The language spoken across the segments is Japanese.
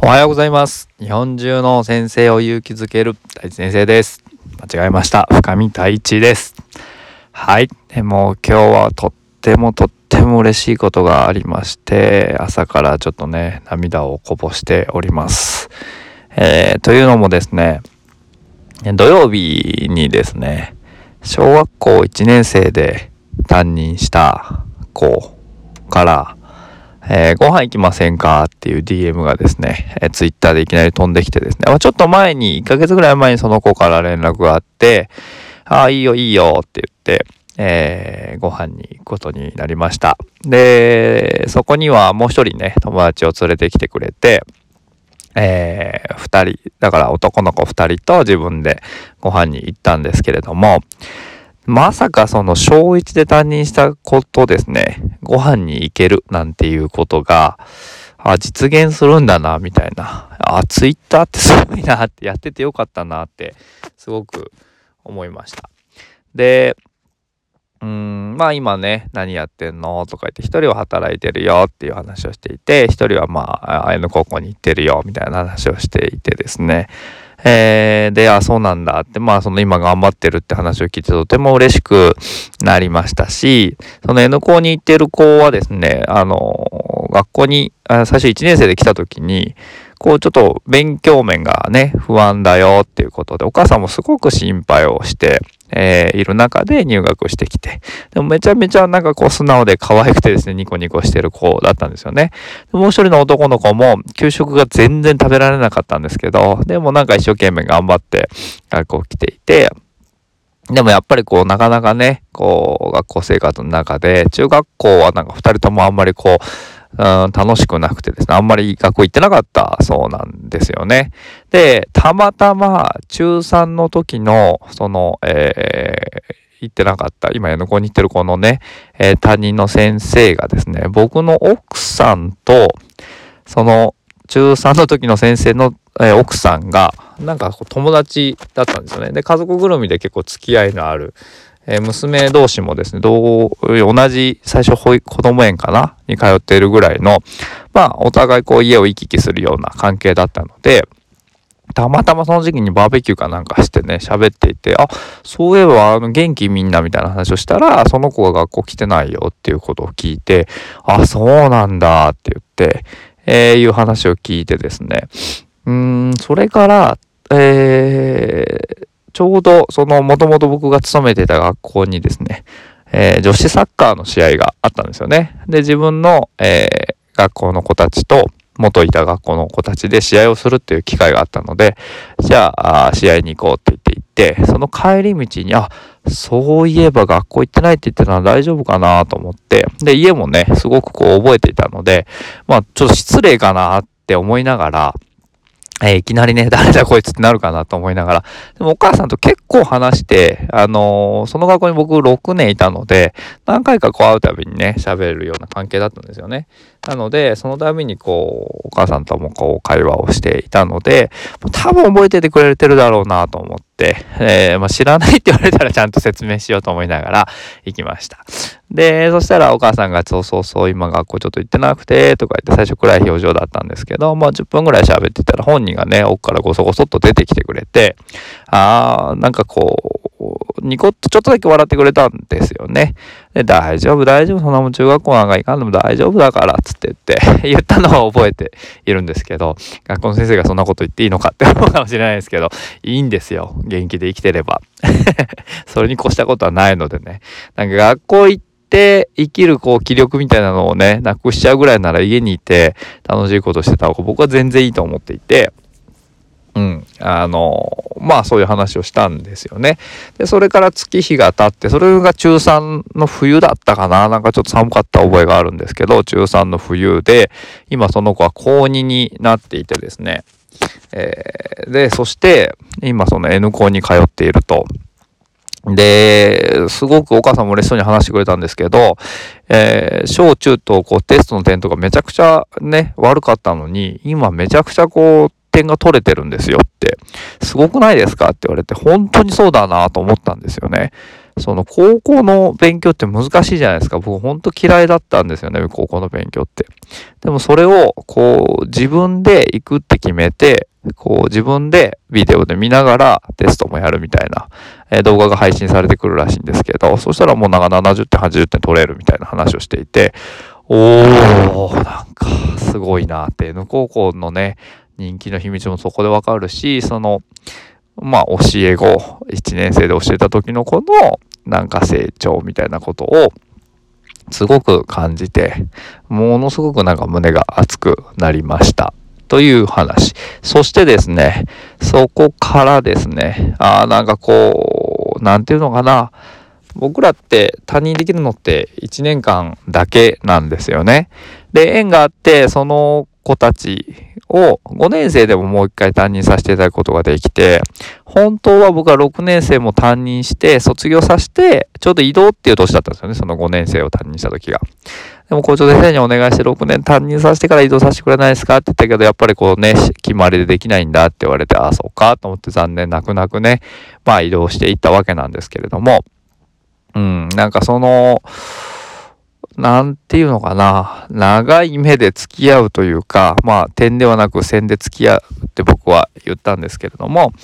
おはようございます。日本中の先生を勇気づける大地先生です。間違えました。深見太一です。はい。でも今日はとっても嬉しいことがありまして、朝からちょっとね、涙をこぼしております。というのもですね、土曜日にですね、小学校1年生で担任した子から、ご飯行きませんかっていう DM がですね、ツイッターでいきなり飛んできてですね、ちょっと前に、1ヶ月ぐらい前にその子から連絡があって、いいよって言って、ご飯に行くことになりました。で、そこにはもう一人ね、友達を連れてきてくれて、二人、だから男の子二人と自分でご飯に行ったんですけれども、まさかその小1で担任した子とですね、ご飯に行けるなんていうことが、実現するんだな、みたいな。ツイッターってすごいなって、やっててよかったなって、すごく思いました。で、今ね、何やってんのとか言って、一人は働いてるよっていう話をしていて、一人はN高校に行ってるよみたいな話をしていてですね。で、そうなんだって、その今頑張ってるって話を聞いてとても嬉しくなりましたし、その N 高に行ってる子はですね、学校に、最初1年生で来た時に、ちょっと勉強面がね、不安だよっていうことで、お母さんもすごく心配をして、いる中で入学してきて、でもめちゃめちゃ素直で可愛くてですね、ニコニコしてる子だったんですよね。でもう一人の男の子も給食が全然食べられなかったんですけど、でも一生懸命頑張って学校来ていて、でもやっぱりなかなかね、学校生活の中で、中学校は二人ともあんまり楽しくなくてですね、あんまり学校行ってなかったそうなんですよね。で、たまたま中3の時の、行ってなかった、今N高に行ってる子のね、担任の先生がですね、僕の奥さんと、その中3の時の先生の、奥さんが、友達だったんですよね。で、家族ぐるみで結構付き合いのある、娘同士もですね、同じ最初子供園かなに通っているぐらいの、お互い家を行き来するような関係だったので、たまたまその時期にバーベキューかなんかしてね、喋っていて、そういえば元気みんなみたいな話をしたら、その子が学校来てないよっていうことを聞いて、そうなんだって言って、いう話を聞いてですね、それから、ちょうどもともと僕が勤めていた学校にですね、女子サッカーの試合があったんですよね。で、自分の、学校の子たちと、元いた学校の子たちで試合をするっていう機会があったので、じゃあ、試合に行こうって言って行って、その帰り道に、そういえば学校行ってないって言ってたのは大丈夫かなと思って、で、家もね、すごく覚えていたので、ちょっと失礼かなって思いながら、いきなりね、誰だこいつってなるかなと思いながら。でもお母さんと結構話して、その学校に僕6年いたので、何回か会うたびにね、喋れるような関係だったんですよね。なので、そのたびにお母さんとも会話をしていたので、多分覚えててくれてるだろうなと思って、知らないって言われたらちゃんと説明しようと思いながら行きました。で、そしたらお母さんがそう、今学校ちょっと行ってなくて、とか言って最初暗い表情だったんですけど、10分ぐらい喋ってたら本人がね、奥からゴソゴソっと出てきてくれて、ニコッとちょっとだけ笑ってくれたんですよね。で、大丈夫、そんなもん中学校なんか行かんでも大丈夫だから、つって言ったのを覚えているんですけど、学校の先生がそんなこと言っていいのかって思うかもしれないですけど、いいんですよ。元気で生きてれば。それに越したことはないのでね。学校行って生きる気力みたいなのをね、なくしちゃうぐらいなら家にいて楽しいことしてた方が僕は全然いいと思っていて、そういう話をしたんですよね。で、それから月日が経って、それが中3の冬だったかな。ちょっと寒かった覚えがあるんですけど、中3の冬で、今その子は高2になっていてですね。で、そして、今その N 高に通っていると。で、すごくお母さんも嬉しそうに話してくれたんですけど、小中とテストの点とかめちゃくちゃね、悪かったのに、今めちゃくちゃ点が取れてるんですよって、すごくないですかって言われて、本当にそうだなと思ったんですよね。 その高校の勉強って難しいじゃないですか。僕ほんと嫌いだったんですよね、高校の勉強って。でもそれをこう自分で行くって決めて、こう自分でビデオで見ながらテストもやるみたいな、動画が配信されてくるらしいんですけど、そしたらもうなんか70点、80点取れるみたいな話をしていて、なんかすごいなって、N 高校のね、人気の秘密もそこでわかるし、その、教え子、1年生で教えた時の子のなんか成長みたいなことをすごく感じて、ものすごくなんか胸が熱くなりましたという話。そしてですね、そこからですね、なんかこう、なんていうのかな、僕らって担任できるのって1年間だけなんですよね。で、縁があって、その子たちを5年生でももう一回担任させていただくことができて、本当は僕は6年生も担任して卒業させて、ちょうど移動っていう年だったんですよね、その5年生を担任した時が。でも校長先生にお願いして6年担任させてから移動させてくれないですかって言ったけど、やっぱりこうね、決まりでできないんだって言われて、そうかと思って残念泣く泣くね、移動していったわけなんですけれども、なんかその、なんていうのかな、長い目で付き合うというか、点ではなく線で付き合うって僕は言ったんですけれども、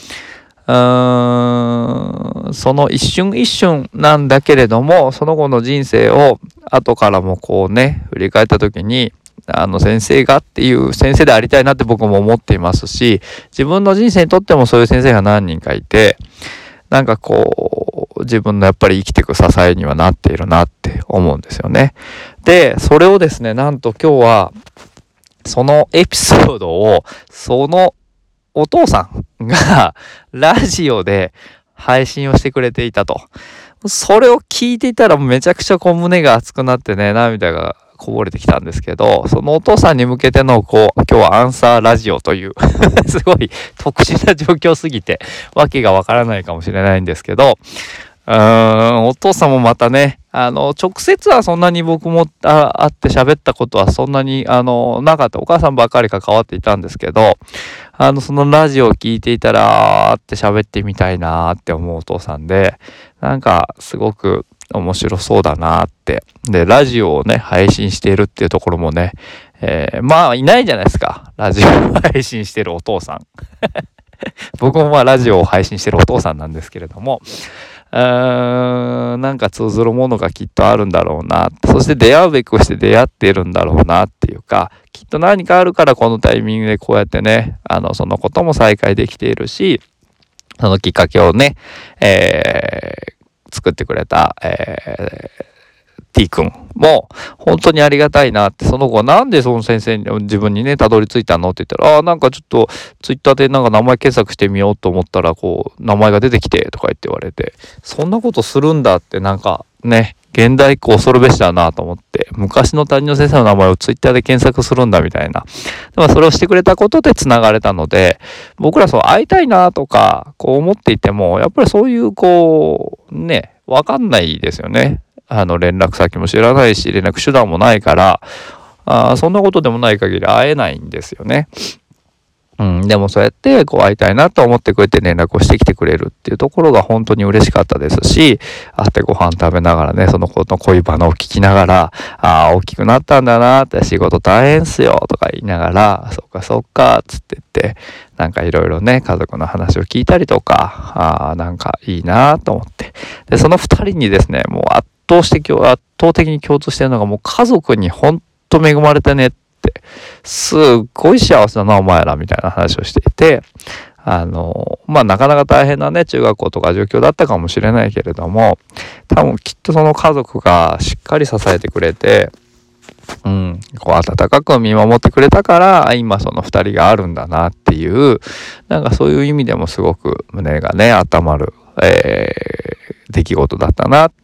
その一瞬一瞬なんだけれども、その後の人生を後からもこうね、振り返った時に、先生がっていう先生でありたいなって僕も思っていますし、自分の人生にとってもそういう先生が何人かいて、なんかこう、自分のやっぱり生きていく支えにはなっているなって思うんですよね。で、それをですね、なんと今日は、そのエピソードを、そのお父さんがラジオで配信をしてくれていたと。それを聞いていたらめちゃくちゃこう胸が熱くなってね、涙がこぼれてきたんですけど、そのお父さんに向けての今日はアンサーラジオというすごい特殊な状況すぎてわけがわからないかもしれないんですけど、お父さんもまたね、直接はそんなに僕も会って喋ったことはそんなになかった。お母さんばっかり関わっていたんですけど、そのラジオを聞いていたらって喋ってみたいなって思うお父さんで、なんかすごく面白そうだなって。で、ラジオをね、配信しているっていうところもね、いないじゃないですか。ラジオを配信してるお父さん。僕もラジオを配信してるお父さんなんですけれども、なんか通ずるものがきっとあるんだろうな。そして出会うべくして出会っているんだろうなっていうか、きっと何かあるからこのタイミングでこうやってね、そのことも再開できているし、そのきっかけをね、作ってくれた、T 君も本当にありがたいなって、その後なんでその先生に自分にねたどり着いたのって言ったら、なんかちょっとツイッターでなんか名前検索してみようと思ったらこう名前が出てきてとか言って言われて、そんなことするんだってなんかね、現代以降恐るべしだなと思って、昔の担任の先生の名前をツイッターで検索するんだみたいな。でもそれをしてくれたことで繋がれたので、僕らそう会いたいなとかこう思っていても、やっぱりそういうこうね、わかんないですよね。連絡先も知らないし、連絡手段もないから、そんなことでもない限り会えないんですよね。でもそうやってこう会いたいなと思ってくれて連絡をしてきてくれるっていうところが本当に嬉しかったですし、会ってご飯食べながらね、その子の恋バナを聞きながら、大きくなったんだなって、仕事大変っすよとか言いながら、そっかそっかつって言って、なんかいろいろね、家族の話を聞いたりとか、なんかいいなと思って。で、その二人にですね、もう圧倒的に共通してるのが、もう家族に本当恵まれてねって、すっごい幸せだなお前らみたいな話をしていて、なかなか大変なね中学校とか状況だったかもしれないけれども、多分きっとその家族がしっかり支えてくれて、こう温かく見守ってくれたから今その2人があるんだなっていう、なんかそういう意味でもすごく胸がね温まる、出来事だったなって、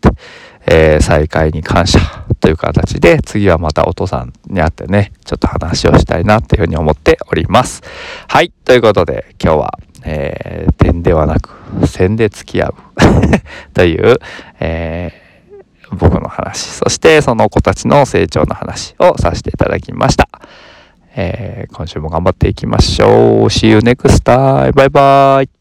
再会に感謝という形で、次はまたお父さんに会ってねちょっと話をしたいなっていうふうに思っております。はい、ということで今日は、点ではなく線で付き合うという、僕の話、そしてその子たちの成長の話をさせていただきました。今週も頑張っていきましょう。See you next time. バイバイ。